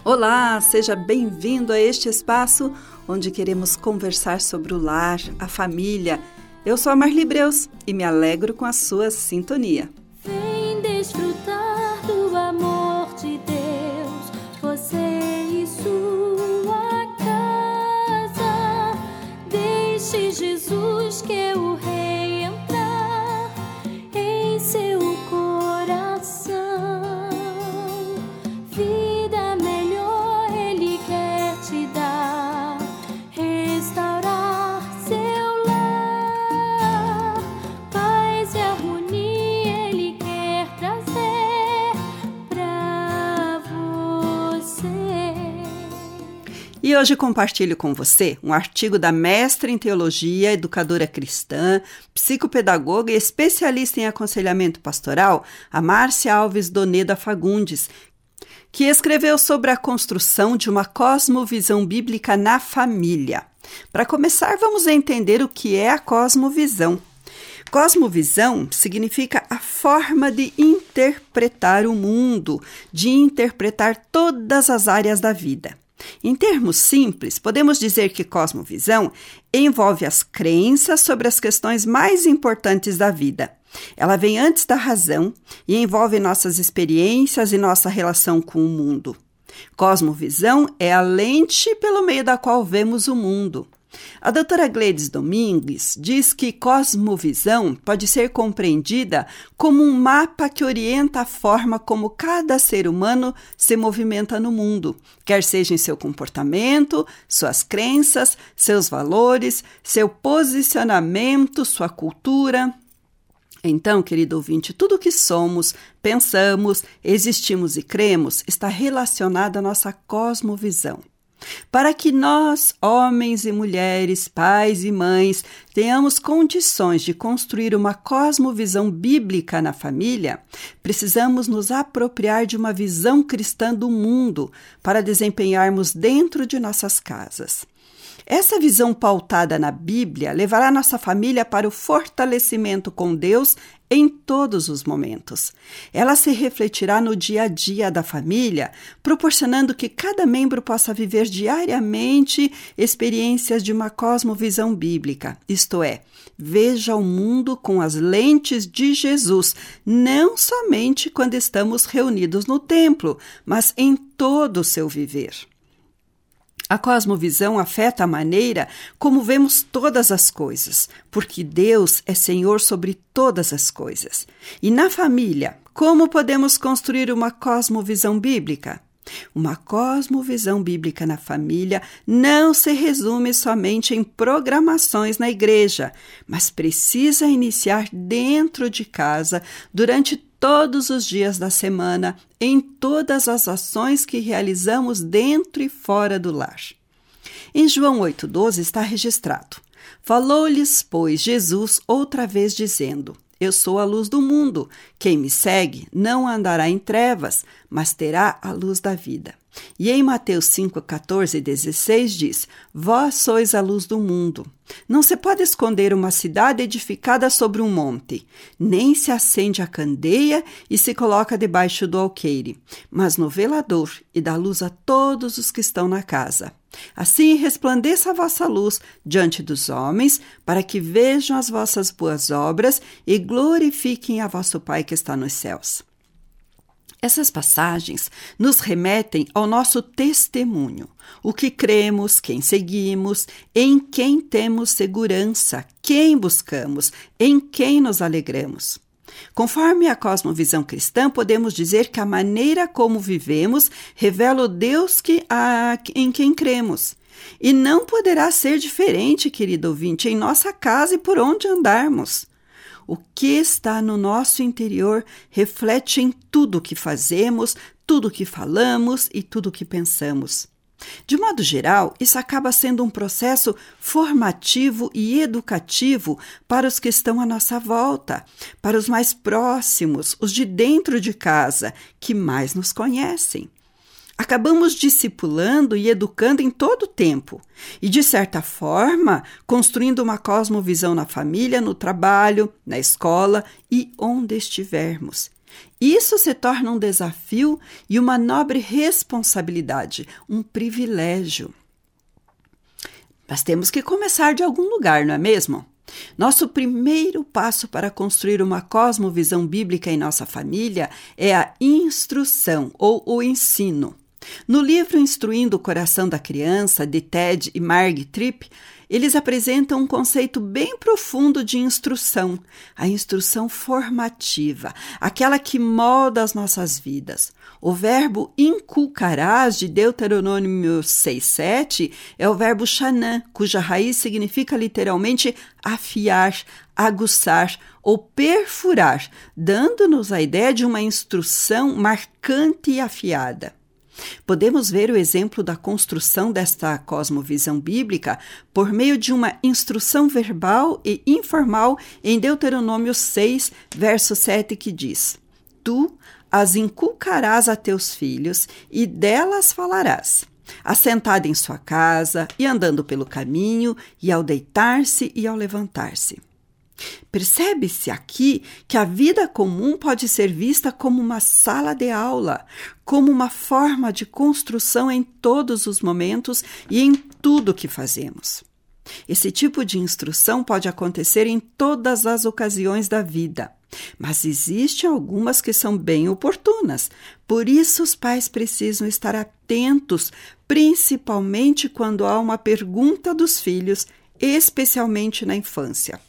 Olá, seja bem-vindo a este espaço onde queremos conversar sobre o lar, a família. Eu sou a Marli Breus e me alegro com a sua sintonia. Vem desfrutar do amor de Deus, você e sua casa. Deixe Jesus, que é o Rei, entrar em seu coração. Vida melhor Ele quer te dar, restaurar seu lar. Paz e harmonia Ele quer trazer pra você. E hoje compartilho com você um artigo da mestra em teologia, educadora cristã, psicopedagoga e especialista em aconselhamento pastoral, a Márcia Alves Doneda Fagundes, que escreveu sobre a construção de uma cosmovisão bíblica na família. Para começar, vamos entender o que é a cosmovisão. Cosmovisão significa a forma de interpretar o mundo, de interpretar todas as áreas da vida. Em termos simples, podemos dizer que cosmovisão envolve as crenças sobre as questões mais importantes da vida. Ela vem antes da razão e envolve nossas experiências e nossa relação com o mundo. Cosmovisão é a lente pelo meio da qual vemos o mundo. A doutora Gleides Domingues diz que cosmovisão pode ser compreendida como um mapa que orienta a forma como cada ser humano se movimenta no mundo, quer seja em seu comportamento, suas crenças, seus valores, seu posicionamento, sua cultura. Então, querido ouvinte, tudo o que somos, pensamos, existimos e cremos está relacionado à nossa cosmovisão. Para que nós, homens e mulheres, pais e mães, tenhamos condições de construir uma cosmovisão bíblica na família, precisamos nos apropriar de uma visão cristã do mundo para desempenharmos dentro de nossas casas. Essa visão pautada na Bíblia levará nossa família para o fortalecimento com Deus em todos os momentos. Ela se refletirá no dia a dia da família, proporcionando que cada membro possa viver diariamente experiências de uma cosmovisão bíblica, isto é, veja o mundo com as lentes de Jesus, não somente quando estamos reunidos no templo, mas em todo o seu viver. A cosmovisão afeta a maneira como vemos todas as coisas, porque Deus é Senhor sobre todas as coisas. E na família, como podemos construir uma cosmovisão bíblica? Uma cosmovisão bíblica na família não se resume somente em programações na igreja, mas precisa iniciar dentro de casa, durante todos os dias da semana, em todas as ações que realizamos dentro e fora do lar. Em João 8,12 está registrado: Falou-lhes, pois, Jesus outra vez dizendo: Eu sou a luz do mundo. Quem me segue não andará em trevas, mas terá a luz da vida. E em Mateus 5,14 e 16 diz: Vós sois a luz do mundo. Não se pode esconder uma cidade edificada sobre um monte, nem se acende a candeia e se coloca debaixo do alqueire, mas no velador, e dá luz a todos os que estão na casa. Assim resplandeça a vossa luz diante dos homens, para que vejam as vossas boas obras e glorifiquem a vosso Pai que está nos céus. Essas passagens nos remetem ao nosso testemunho, o que cremos, quem seguimos, em quem temos segurança, quem buscamos, em quem nos alegramos. Conforme a cosmovisão cristã, podemos dizer que a maneira como vivemos revela o Deus em quem cremos. E não poderá ser diferente, querido ouvinte, em nossa casa e por onde andarmos. O que está no nosso interior reflete em tudo o que fazemos, tudo o que falamos e tudo o que pensamos. De modo geral, isso acaba sendo um processo formativo e educativo para os que estão à nossa volta, para os mais próximos, os de dentro de casa, que mais nos conhecem. Acabamos discipulando e educando em todo o tempo e, de certa forma, construindo uma cosmovisão na família, no trabalho, na escola e onde estivermos. Isso se torna um desafio e uma nobre responsabilidade, um privilégio. Mas temos que começar de algum lugar, não é mesmo? Nosso primeiro passo para construir uma cosmovisão bíblica em nossa família é a instrução ou o ensino. No livro Instruindo o Coração da Criança, de Ted e Marg Tripp, eles apresentam um conceito bem profundo de instrução, a instrução formativa, aquela que molda as nossas vidas. O verbo inculcarás, de Deuteronômio 6:7, é o verbo shanã, cuja raiz significa literalmente afiar, aguçar ou perfurar, dando-nos a ideia de uma instrução marcante e afiada. Podemos ver o exemplo da construção desta cosmovisão bíblica por meio de uma instrução verbal e informal em Deuteronômio 6, verso 7, que diz: Tu as inculcarás a teus filhos e delas falarás, assentado em sua casa e andando pelo caminho e ao deitar-se e ao levantar-se. Percebe-se aqui que a vida comum pode ser vista como uma sala de aula, como uma forma de construção em todos os momentos e em tudo que fazemos. Esse tipo de instrução pode acontecer em todas as ocasiões da vida, mas existem algumas que são bem oportunas. Por isso, os pais precisam estar atentos, principalmente quando há uma pergunta dos filhos, especialmente na infância.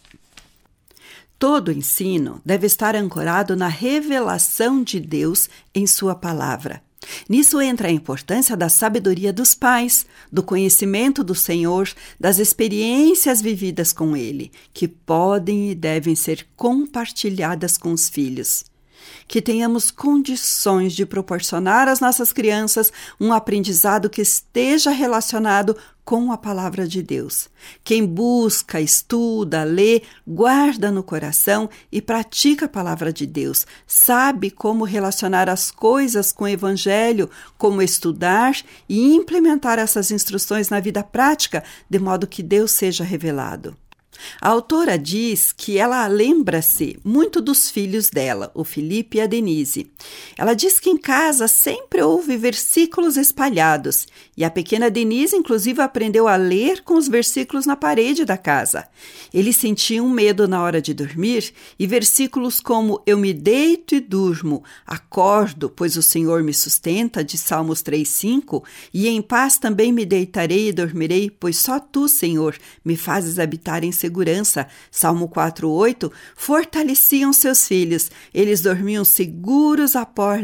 Todo ensino deve estar ancorado na revelação de Deus em sua palavra. Nisso entra a importância da sabedoria dos pais, do conhecimento do Senhor, das experiências vividas com Ele, que podem e devem ser compartilhadas com os filhos. Que tenhamos condições de proporcionar às nossas crianças um aprendizado que esteja relacionado com a palavra de Deus. Quem busca, estuda, lê, guarda no coração e pratica a palavra de Deus, sabe como relacionar as coisas com o Evangelho, como estudar e implementar essas instruções na vida prática, de modo que Deus seja revelado. A autora diz que ela lembra-se muito dos filhos dela, o Felipe e a Denise. Ela diz que em casa sempre houve versículos espalhados e a pequena Denise, inclusive, aprendeu a ler com os versículos na parede da casa. Eles sentiam medo na hora de dormir e versículos como Eu me deito e durmo, acordo, pois o Senhor me sustenta, de Salmos 3:5, e em paz também me deitarei e dormirei, pois só tu, Senhor, me fazes habitar em segurança, Salmo 4:8, fortaleciam seus filhos. Eles dormiam seguros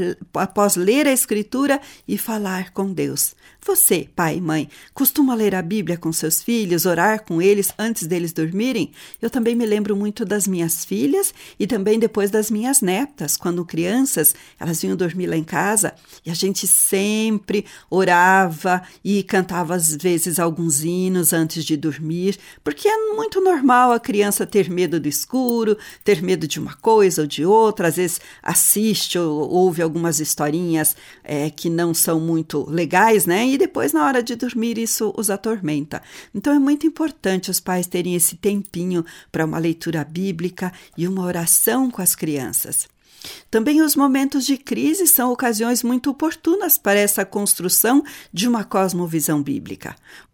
após ler a Escritura e falar com Deus. Você, pai e mãe, costuma ler a Bíblia com seus filhos, orar com eles antes deles dormirem? Eu também me lembro muito das minhas filhas e também depois das minhas netas. Quando crianças, elas vinham dormir lá em casa e a gente sempre orava e cantava às vezes alguns hinos antes de dormir, porque é muito normal a criança ter medo do escuro, ter medo de uma coisa ou de outra, às vezes assiste ou ouve algumas historinhas que não são muito legais, né? E depois, na hora de dormir, isso os atormenta. Então, é muito importante os pais terem esse tempinho para uma leitura bíblica e uma oração com as crianças. Também os momentos de crise são ocasiões muito oportunas para essa construção de uma cosmovisão bíblica.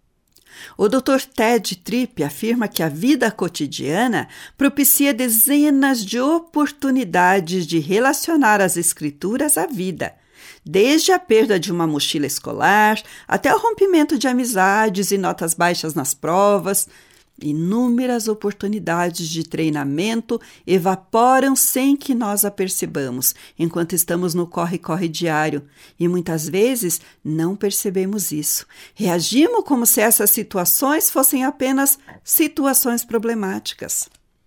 O Dr. Ted Tripp afirma que a vida cotidiana propicia dezenas de oportunidades de relacionar as Escrituras à vida, desde a perda de uma mochila escolar até o rompimento de amizades e notas baixas nas provas. Inúmeras oportunidades de treinamento evaporam sem que nós a percebamos, enquanto estamos no corre-corre diário. E muitas vezes não percebemos isso. Reagimos como se essas situações fossem apenas situações problemáticas.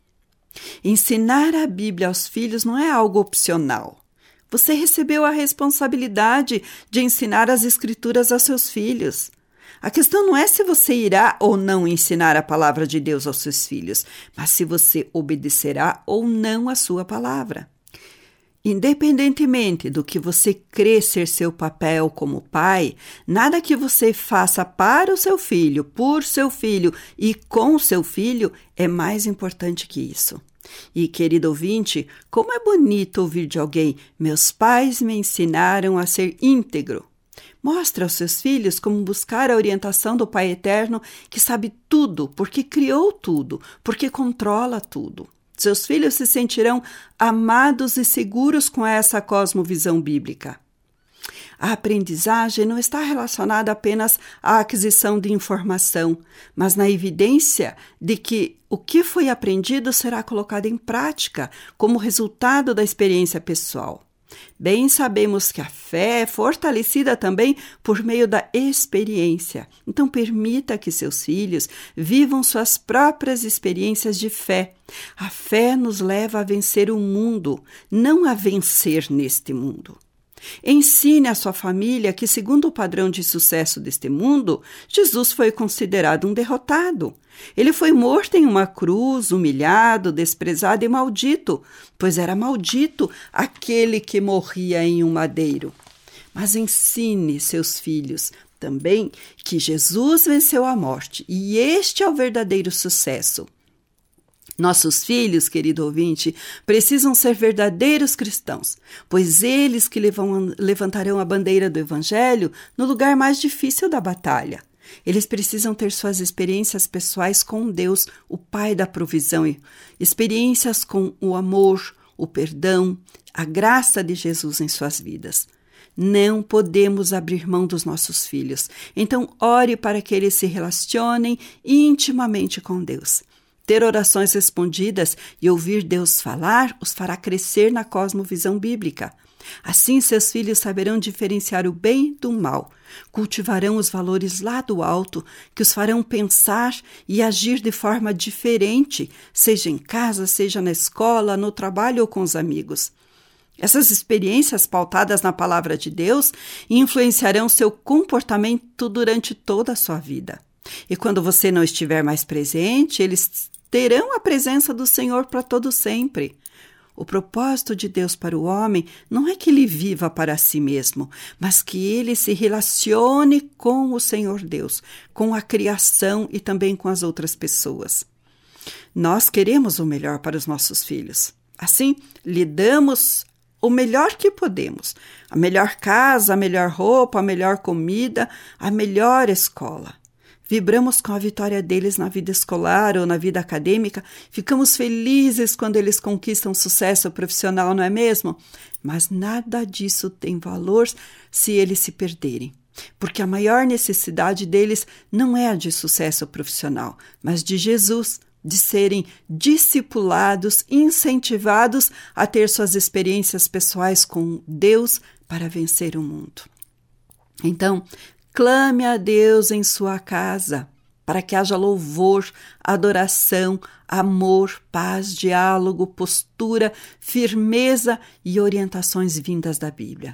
Ensinar a Bíblia aos filhos não é algo opcional. Você recebeu a responsabilidade de ensinar as Escrituras aos seus filhos. A questão não é se você irá ou não ensinar a palavra de Deus aos seus filhos, mas se você obedecerá ou não a sua palavra. Independentemente do que você crê ser seu papel como pai, nada que você faça para o seu filho, por seu filho e com seu filho é mais importante que isso. E, querido ouvinte, como é bonito ouvir de alguém: meus pais me ensinaram a ser íntegro. Mostre aos seus filhos como buscar a orientação do Pai Eterno, que sabe tudo, porque criou tudo, porque controla tudo. Seus filhos se sentirão amados e seguros com essa cosmovisão bíblica. A aprendizagem não está relacionada apenas à aquisição de informação, mas na evidência de que o que foi aprendido será colocado em prática como resultado da experiência pessoal. Bem sabemos que a fé é fortalecida também por meio da experiência. Então, permita que seus filhos vivam suas próprias experiências de fé. A fé nos leva a vencer o mundo, não a vencer neste mundo. Ensine à sua família que, segundo o padrão de sucesso deste mundo, Jesus foi considerado um derrotado. Ele foi morto em uma cruz, humilhado, desprezado e maldito, pois era maldito aquele que morria em um madeiro. Mas ensine seus filhos também que Jesus venceu a morte e este é o verdadeiro sucesso. Nossos filhos, querido ouvinte, precisam ser verdadeiros cristãos, pois eles que levantarão a bandeira do Evangelho no lugar mais difícil da batalha. Eles precisam ter suas experiências pessoais com Deus, o Pai da provisão, experiências com o amor, o perdão, a graça de Jesus em suas vidas. Não podemos abrir mão dos nossos filhos, então ore para que eles se relacionem intimamente com Deus. Ter orações respondidas e ouvir Deus falar os fará crescer na cosmovisão bíblica. Assim, seus filhos saberão diferenciar o bem do mal, cultivarão os valores lá do alto, que os farão pensar e agir de forma diferente, seja em casa, seja na escola, no trabalho ou com os amigos. Essas experiências pautadas na palavra de Deus influenciarão seu comportamento durante toda a sua vida. E quando você não estiver mais presente, eles terão a presença do Senhor para todo sempre. O propósito de Deus para o homem não é que ele viva para si mesmo, mas que ele se relacione com o Senhor Deus, com a criação e também com as outras pessoas. Nós queremos o melhor para os nossos filhos. Assim, lhe damos o melhor que podemos. A melhor casa, a melhor roupa, a melhor comida, a melhor escola. Vibramos com a vitória deles na vida escolar ou na vida acadêmica, ficamos felizes quando eles conquistam sucesso profissional, não é mesmo? Mas nada disso tem valor se eles se perderem, porque a maior necessidade deles não é a de sucesso profissional, mas de Jesus, de serem discipulados, incentivados a ter suas experiências pessoais com Deus para vencer o mundo. Então, clame a Deus em sua casa, para que haja louvor, adoração, amor, paz, diálogo, postura, firmeza e orientações vindas da Bíblia.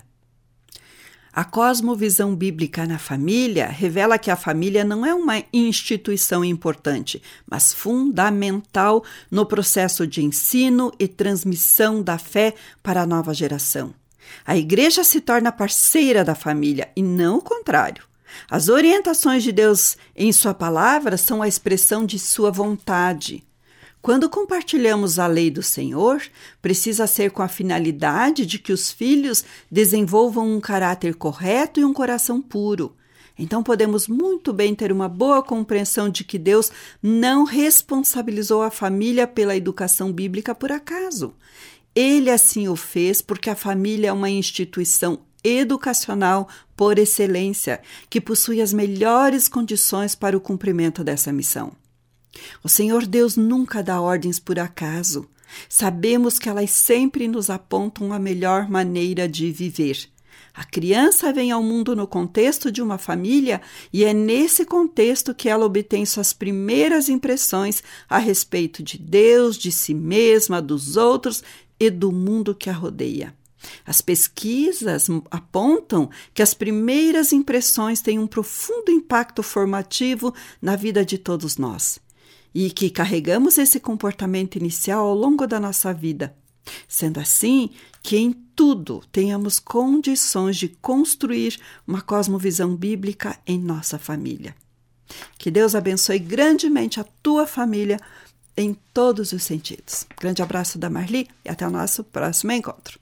A cosmovisão bíblica na família revela que a família não é uma instituição importante, mas fundamental no processo de ensino e transmissão da fé para a nova geração. A igreja se torna parceira da família e não o contrário. As orientações de Deus em sua palavra são a expressão de sua vontade. Quando compartilhamos a lei do Senhor, precisa ser com a finalidade de que os filhos desenvolvam um caráter correto e um coração puro. Então podemos muito bem ter uma boa compreensão de que Deus não responsabilizou a família pela educação bíblica por acaso. Ele assim o fez porque a família é uma instituição educacional por excelência, que possui as melhores condições para o cumprimento dessa missão. O Senhor Deus nunca dá ordens por acaso. Sabemos que elas sempre nos apontam a melhor maneira de viver. A criança vem ao mundo no contexto de uma família e é nesse contexto que ela obtém suas primeiras impressões a respeito de Deus, de si mesma, dos outros e do mundo que a rodeia. As pesquisas apontam que as primeiras impressões têm um profundo impacto formativo na vida de todos nós e que carregamos esse comportamento inicial ao longo da nossa vida. Sendo assim, que em tudo tenhamos condições de construir uma cosmovisão bíblica em nossa família. Que Deus abençoe grandemente a tua família em todos os sentidos. Grande abraço da Marli e até o nosso próximo encontro.